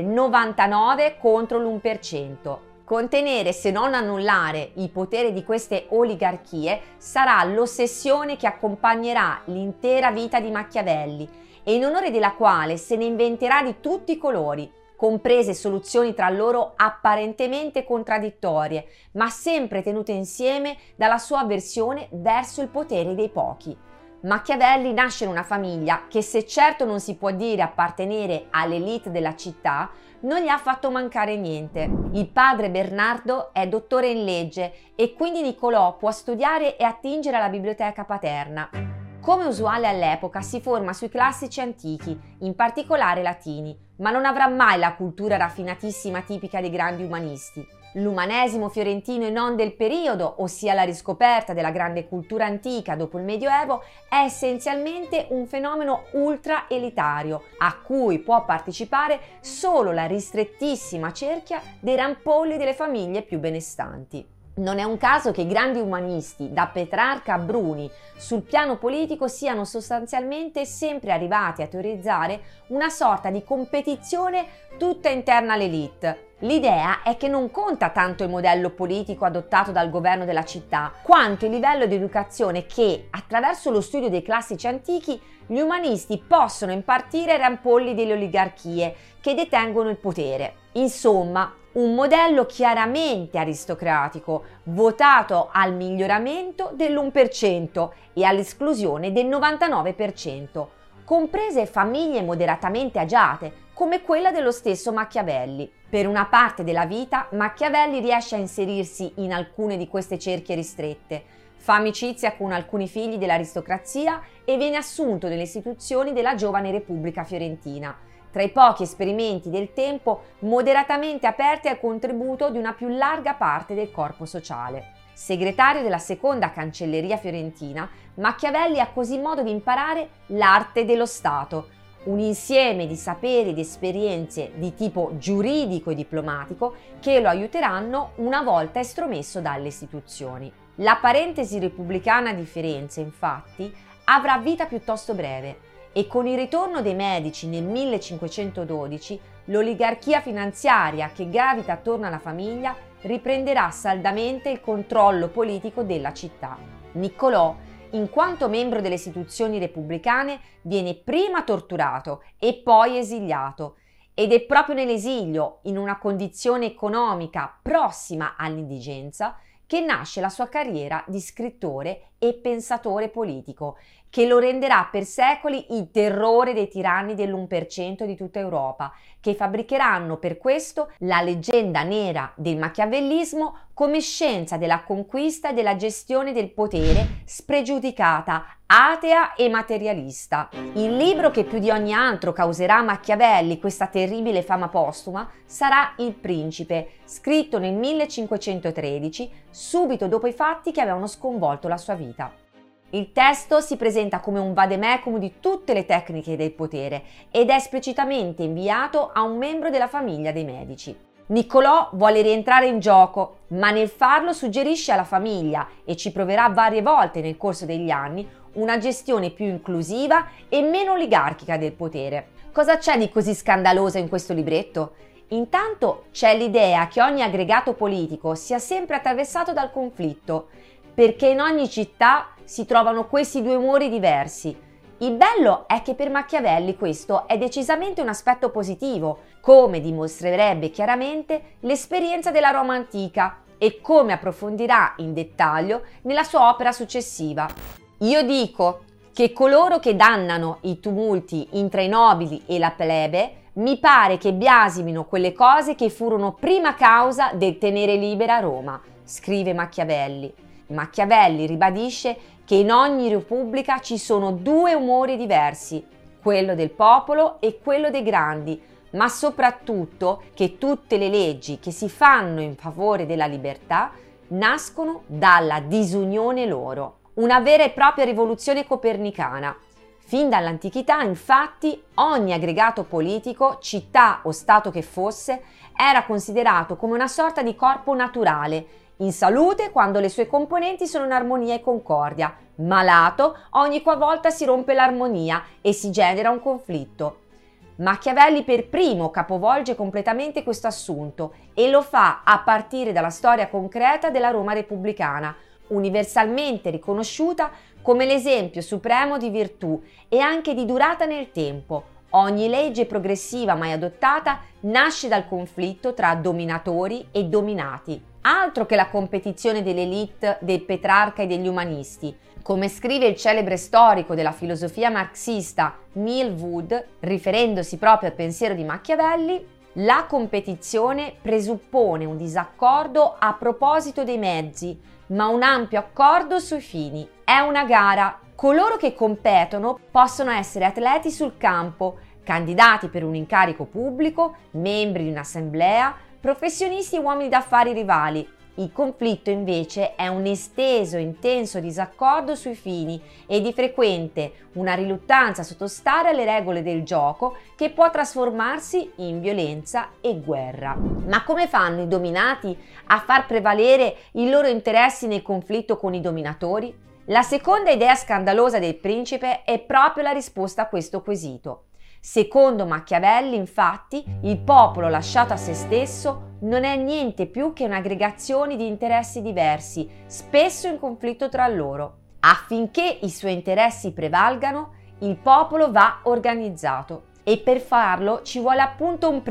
99 contro l'1%. Contenere, se non annullare, i poteri di queste oligarchie sarà l'ossessione che accompagnerà l'intera vita di Machiavelli e in onore della quale se ne inventerà di tutti i colori, comprese soluzioni tra loro apparentemente contraddittorie, ma sempre tenute insieme dalla sua avversione verso il potere dei pochi. Machiavelli nasce in una famiglia che, se certo non si può dire appartenere all'élite della città, non gli ha fatto mancare niente. Il padre Bernardo è dottore in legge e quindi Niccolò può studiare e attingere alla biblioteca paterna. Come usuale all'epoca si forma sui classici antichi, in particolare latini, ma non avrà mai la cultura raffinatissima tipica dei grandi umanisti. L'umanesimo fiorentino e non del periodo, ossia la riscoperta della grande cultura antica dopo il Medioevo, è essenzialmente un fenomeno ultra elitario, a cui può partecipare solo la ristrettissima cerchia dei rampolli delle famiglie più benestanti. Non è un caso che i grandi umanisti, da Petrarca a Bruni, sul piano politico siano sostanzialmente sempre arrivati a teorizzare una sorta di competizione tutta interna all'élite. L'idea è che non conta tanto il modello politico adottato dal governo della città, quanto il livello di educazione che, attraverso lo studio dei classici antichi, gli umanisti possono impartire ai rampolli delle oligarchie che detengono il potere. Insomma, un modello chiaramente aristocratico, votato al miglioramento dell'1% e all'esclusione del 99%, comprese famiglie moderatamente agiate, come quella dello stesso Machiavelli. Per una parte della vita, Machiavelli riesce a inserirsi in alcune di queste cerchie ristrette, fa amicizia con alcuni figli dell'aristocrazia e viene assunto nelle istituzioni della giovane Repubblica Fiorentina, tra i pochi esperimenti del tempo moderatamente aperti al contributo di una più larga parte del corpo sociale. Segretario della seconda cancelleria fiorentina, Machiavelli ha così modo di imparare l'arte dello Stato, un insieme di saperi ed esperienze di tipo giuridico e diplomatico che lo aiuteranno una volta estromesso dalle istituzioni. La parentesi repubblicana di Firenze, infatti, avrà vita piuttosto breve e con il ritorno dei Medici nel 1512 l'oligarchia finanziaria che gravita attorno alla famiglia riprenderà saldamente il controllo politico della città. Niccolò, in quanto membro delle istituzioni repubblicane, viene prima torturato e poi esiliato, ed è proprio nell'esilio, in una condizione economica prossima all'indigenza, che nasce la sua carriera di scrittore e pensatore politico, che lo renderà per secoli il terrore dei tiranni dell'1% di tutta Europa, che fabbricheranno per questo la leggenda nera del machiavellismo come scienza della conquista e della gestione del potere spregiudicata, atea e materialista. Il libro che più di ogni altro causerà a Machiavelli questa terribile fama postuma sarà Il Principe, scritto nel 1513, subito dopo i fatti che avevano sconvolto la sua vita. Il testo si presenta come un vademecum di tutte le tecniche del potere ed è esplicitamente inviato a un membro della famiglia dei Medici. Niccolò vuole rientrare in gioco, ma nel farlo suggerisce alla famiglia, e ci proverà varie volte nel corso degli anni, una gestione più inclusiva e meno oligarchica del potere. Cosa c'è di così scandaloso in questo libretto? Intanto c'è l'idea che ogni aggregato politico sia sempre attraversato dal conflitto, perché in ogni città si trovano questi due umori diversi. Il bello è che per Machiavelli questo è decisamente un aspetto positivo, come dimostrerebbe chiaramente l'esperienza della Roma antica e come approfondirà in dettaglio nella sua opera successiva. Io dico che coloro che dannano i tumulti tra i nobili e la plebe mi pare che biasimino quelle cose che furono prima causa del tenere libera Roma, scrive Machiavelli. Machiavelli ribadisce che in ogni repubblica ci sono due umori diversi, quello del popolo e quello dei grandi, ma soprattutto che tutte le leggi che si fanno in favore della libertà nascono dalla disunione loro. Una vera e propria rivoluzione copernicana. Fin dall'antichità, infatti, ogni aggregato politico, città o stato che fosse, era considerato come una sorta di corpo naturale, in salute quando le sue componenti sono in armonia e concordia, malato ogni qualvolta si rompe l'armonia e si genera un conflitto. Machiavelli per primo capovolge completamente questo assunto e lo fa a partire dalla storia concreta della Roma repubblicana, universalmente riconosciuta come l'esempio supremo di virtù e anche di durata nel tempo. Ogni legge progressiva mai adottata nasce dal conflitto tra dominatori e dominati. Altro che la competizione dell'élite, del Petrarca e degli umanisti. Come scrive il celebre storico della filosofia marxista Neil Wood, riferendosi proprio al pensiero di Machiavelli, la competizione presuppone un disaccordo a proposito dei mezzi, ma un ampio accordo sui fini. È una gara. Coloro che competono possono essere atleti sul campo, candidati per un incarico pubblico, membri di un'assemblea, professionisti e uomini d'affari rivali. Il conflitto invece è un esteso e intenso disaccordo sui fini e di frequente una riluttanza a sottostare alle regole del gioco che può trasformarsi in violenza e guerra. Ma come fanno i dominati a far prevalere i loro interessi nel conflitto con i dominatori? La seconda idea scandalosa del principe è proprio la risposta a questo quesito. Secondo Machiavelli, infatti, il popolo lasciato a se stesso non è niente più che un'aggregazione di interessi diversi, spesso in conflitto tra loro. Affinché i suoi interessi prevalgano, il popolo va organizzato e per farlo ci vuole appunto un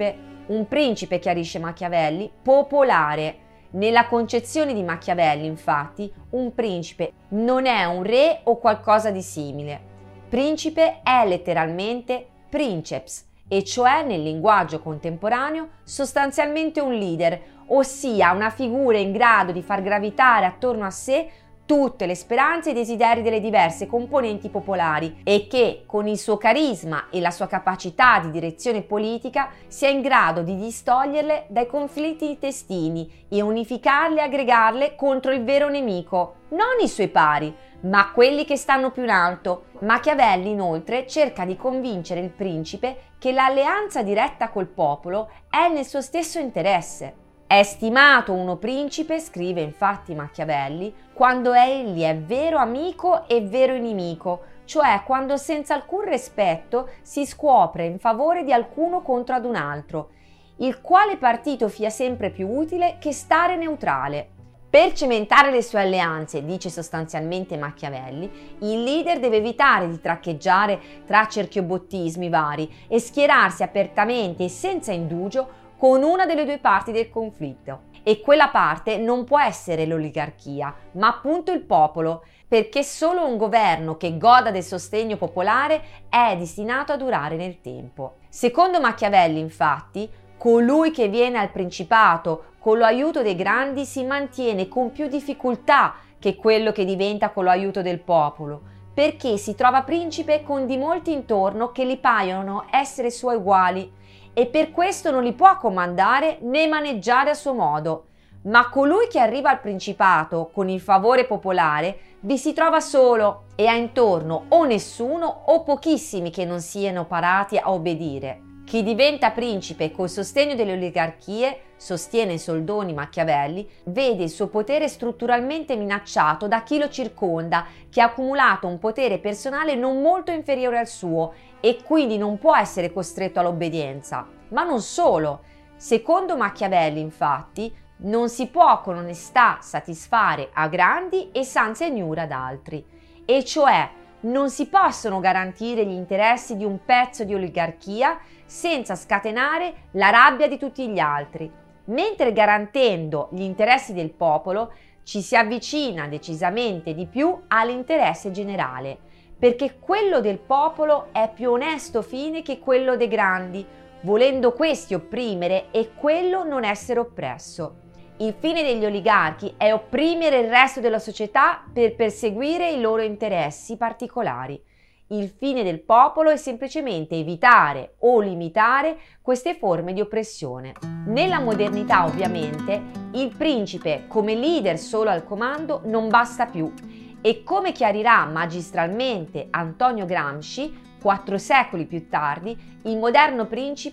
principe, chiarisce Machiavelli, popolare. Nella concezione di Machiavelli, infatti, un principe non è un re o qualcosa di simile. Principe è letteralmente princeps, e cioè nel linguaggio contemporaneo sostanzialmente un leader, ossia una figura in grado di far gravitare attorno a sé tutte le speranze e i desideri delle diverse componenti popolari e che, con il suo carisma e la sua capacità di direzione politica, sia in grado di distoglierle dai conflitti intestini e unificarle e aggregarle contro il vero nemico, non i suoi pari, ma quelli che stanno più in alto. Machiavelli inoltre cerca di convincere il principe che l'alleanza diretta col popolo è nel suo stesso interesse. È stimato uno principe, scrive infatti Machiavelli, quando egli è vero amico e vero inimico, cioè quando senza alcun rispetto si scopre in favore di alcuno contro ad un altro, il quale partito fia sempre più utile che stare neutrale. Per cementare le sue alleanze, dice sostanzialmente Machiavelli, il leader deve evitare di traccheggiare tra cerchiobottismi vari e schierarsi apertamente e senza indugio con una delle due parti del conflitto. E quella parte non può essere l'oligarchia, ma appunto il popolo, perché solo un governo che goda del sostegno popolare è destinato a durare nel tempo. Secondo Machiavelli, infatti, colui che viene al principato con l'aiuto dei grandi si mantiene con più difficoltà che quello che diventa con l'aiuto del popolo, perché si trova principe con di molti intorno che gli paiono essere suoi uguali e per questo non li può comandare né maneggiare a suo modo. Ma colui che arriva al principato con il favore popolare vi si trova solo e ha intorno o nessuno o pochissimi che non siano parati a obbedire. Chi diventa principe col sostegno delle oligarchie, sostiene Soldoni Machiavelli, vede il suo potere strutturalmente minacciato da chi lo circonda, che ha accumulato un potere personale non molto inferiore al suo e quindi non può essere costretto all'obbedienza. Ma non solo. Secondo Machiavelli, infatti, non si può con onestà satisfare a grandi e senza ignura ad altri, e cioè non si possono garantire gli interessi di un pezzo di oligarchia senza scatenare la rabbia di tutti gli altri, mentre garantendo gli interessi del popolo ci si avvicina decisamente di più all'interesse generale, perché quello del popolo è più onesto fine che quello dei grandi, volendo questi opprimere e quello non essere oppresso. Il fine degli oligarchi è opprimere il resto della società per perseguire i loro interessi particolari. Il fine del popolo è semplicemente evitare o limitare queste forme di oppressione. Nella modernità, ovviamente, il principe come leader solo al comando non basta più e, come chiarirà magistralmente Antonio Gramsci 4 secoli più tardi, il moderno principe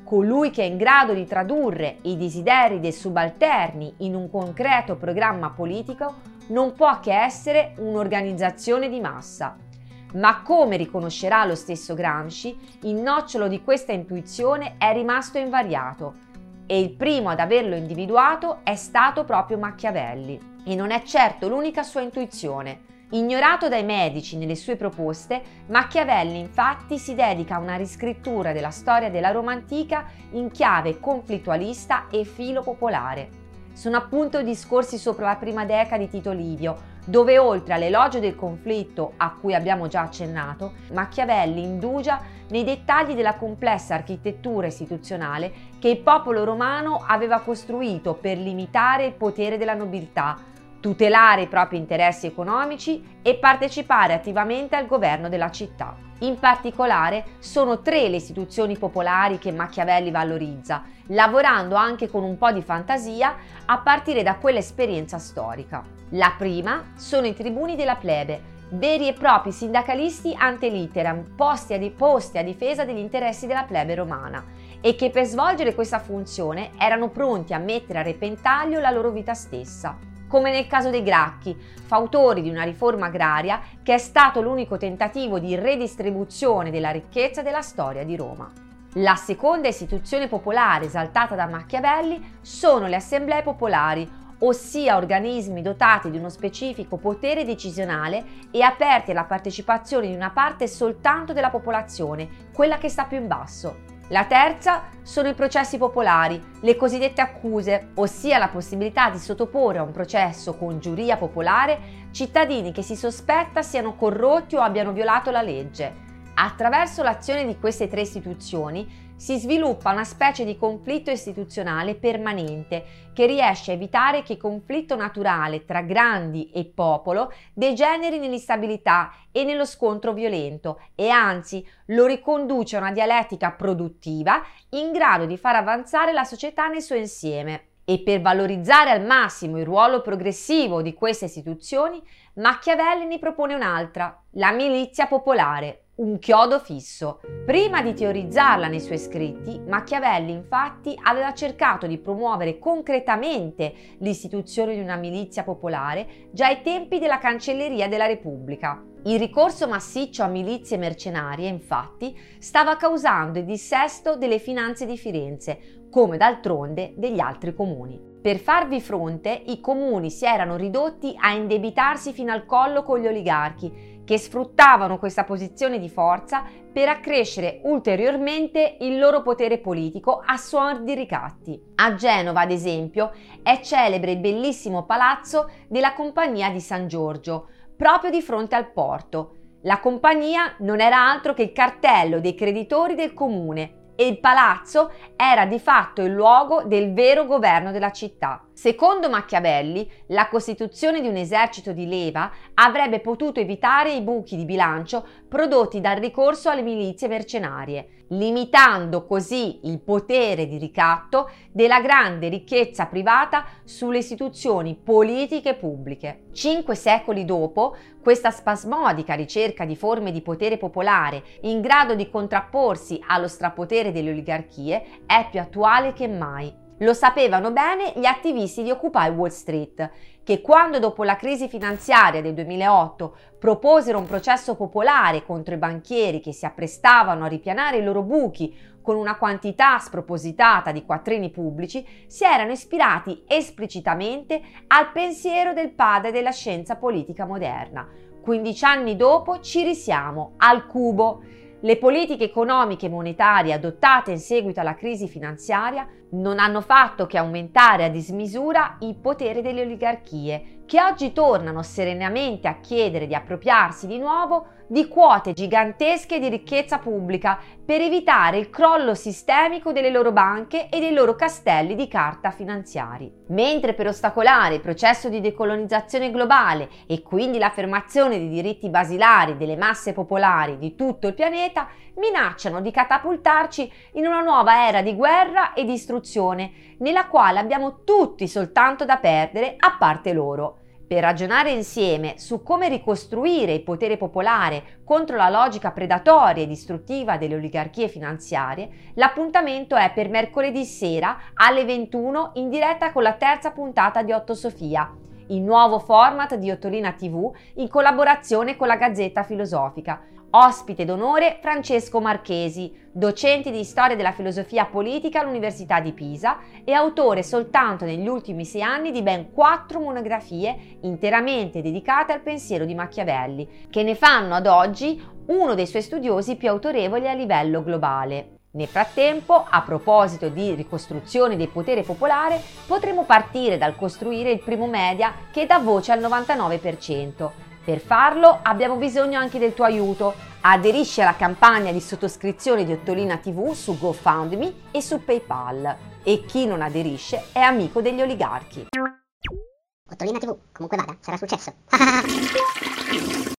colui che è in grado di tradurre i desideri dei subalterni in un concreto programma politico non può che essere un'organizzazione di massa. Ma come riconoscerà lo stesso Gramsci, il nocciolo di questa intuizione è rimasto invariato e il primo ad averlo individuato è stato proprio Machiavelli. E non è certo l'unica sua intuizione. Ignorato dai medici nelle sue proposte, Machiavelli infatti si dedica a una riscrittura della storia della Roma antica in chiave conflittualista e filopopolare. Sono appunto discorsi sopra la prima Deca di Tito Livio, dove oltre all'elogio del conflitto a cui abbiamo già accennato, Machiavelli indugia nei dettagli della complessa architettura istituzionale che il popolo romano aveva costruito per limitare il potere della nobiltà, tutelare i propri interessi economici e partecipare attivamente al governo della città. In particolare sono 3 le istituzioni popolari che Machiavelli valorizza, lavorando anche con un po' di fantasia a partire da quell'esperienza storica. La prima sono i tribuni della plebe, veri e propri sindacalisti ante litteram, posti a difesa degli interessi della plebe romana e che per svolgere questa funzione erano pronti a mettere a repentaglio la loro vita stessa. Come nel caso dei Gracchi, fautori di una riforma agraria che è stato l'unico tentativo di redistribuzione della ricchezza della storia di Roma. La seconda istituzione popolare esaltata da Machiavelli sono le assemblee popolari, ossia organismi dotati di uno specifico potere decisionale e aperti alla partecipazione di una parte soltanto della popolazione, quella che sta più in basso. La terza sono i processi popolari, le cosiddette accuse, ossia la possibilità di sottoporre a un processo con giuria popolare cittadini che si sospetta siano corrotti o abbiano violato la legge. Attraverso l'azione di queste 3 istituzioni si sviluppa una specie di conflitto istituzionale permanente che riesce a evitare che il conflitto naturale tra grandi e popolo degeneri nell'instabilità e nello scontro violento e anzi lo riconduce a una dialettica produttiva in grado di far avanzare la società nel suo insieme. E per valorizzare al massimo il ruolo progressivo di queste istituzioni, Machiavelli ne propone un'altra, la milizia popolare. Un chiodo fisso. Prima di teorizzarla nei suoi scritti, Machiavelli infatti aveva cercato di promuovere concretamente l'istituzione di una milizia popolare già ai tempi della Cancelleria della Repubblica. Il ricorso massiccio a milizie mercenarie, infatti, stava causando il dissesto delle finanze di Firenze, come d'altronde degli altri comuni. Per farvi fronte, i comuni si erano ridotti a indebitarsi fino al collo con gli oligarchi, che sfruttavano questa posizione di forza per accrescere ulteriormente il loro potere politico a suon di ricatti. A Genova, ad esempio, è celebre il bellissimo palazzo della Compagnia di San Giorgio, proprio di fronte al porto. La compagnia non era altro che il cartello dei creditori del comune e il palazzo era di fatto il luogo del vero governo della città. Secondo Machiavelli, la costituzione di un esercito di leva avrebbe potuto evitare i buchi di bilancio prodotti dal ricorso alle milizie mercenarie, limitando così il potere di ricatto della grande ricchezza privata sulle istituzioni politiche pubbliche. 5 secoli dopo, questa spasmodica ricerca di forme di potere popolare in grado di contrapporsi allo strapotere delle oligarchie è più attuale che mai. Lo sapevano bene gli attivisti di Occupy Wall Street, che quando dopo la crisi finanziaria del 2008 proposero un processo popolare contro i banchieri che si apprestavano a ripianare i loro buchi con una quantità spropositata di quattrini pubblici, si erano ispirati esplicitamente al pensiero del padre della scienza politica moderna. 15 anni dopo ci risiamo, al cubo. Le politiche economiche e monetarie adottate in seguito alla crisi finanziaria non hanno fatto che aumentare a dismisura il potere delle oligarchie, che oggi tornano serenamente a chiedere di appropriarsi di nuovo di quote gigantesche di ricchezza pubblica per evitare il crollo sistemico delle loro banche e dei loro castelli di carta finanziari. Mentre per ostacolare il processo di decolonizzazione globale e quindi l'affermazione dei diritti basilari delle masse popolari di tutto il pianeta, minacciano di catapultarci in una nuova era di guerra e di istruzione, nella quale abbiamo tutti soltanto da perdere a parte loro. Per ragionare insieme su come ricostruire il potere popolare contro la logica predatoria e distruttiva delle oligarchie finanziarie, l'appuntamento è per mercoledì sera alle 21 in diretta con la terza puntata di Otto Sofia, il nuovo format di Ottolina TV in collaborazione con la Gazzetta Filosofica. Ospite d'onore Francesco Marchesi, docente di storia della filosofia politica all'Università di Pisa e autore soltanto negli ultimi 6 anni di ben 4 monografie interamente dedicate al pensiero di Machiavelli, che ne fanno ad oggi uno dei suoi studiosi più autorevoli a livello globale. Nel frattempo, a proposito di ricostruzione del potere popolare, potremo partire dal costruire il primo media che dà voce al 99%. Per farlo abbiamo bisogno anche del tuo aiuto. Aderisci alla campagna di sottoscrizione di Ottolina TV su GoFundMe e su PayPal. E chi non aderisce è amico degli oligarchi. Ottolina TV, comunque vada, sarà successo.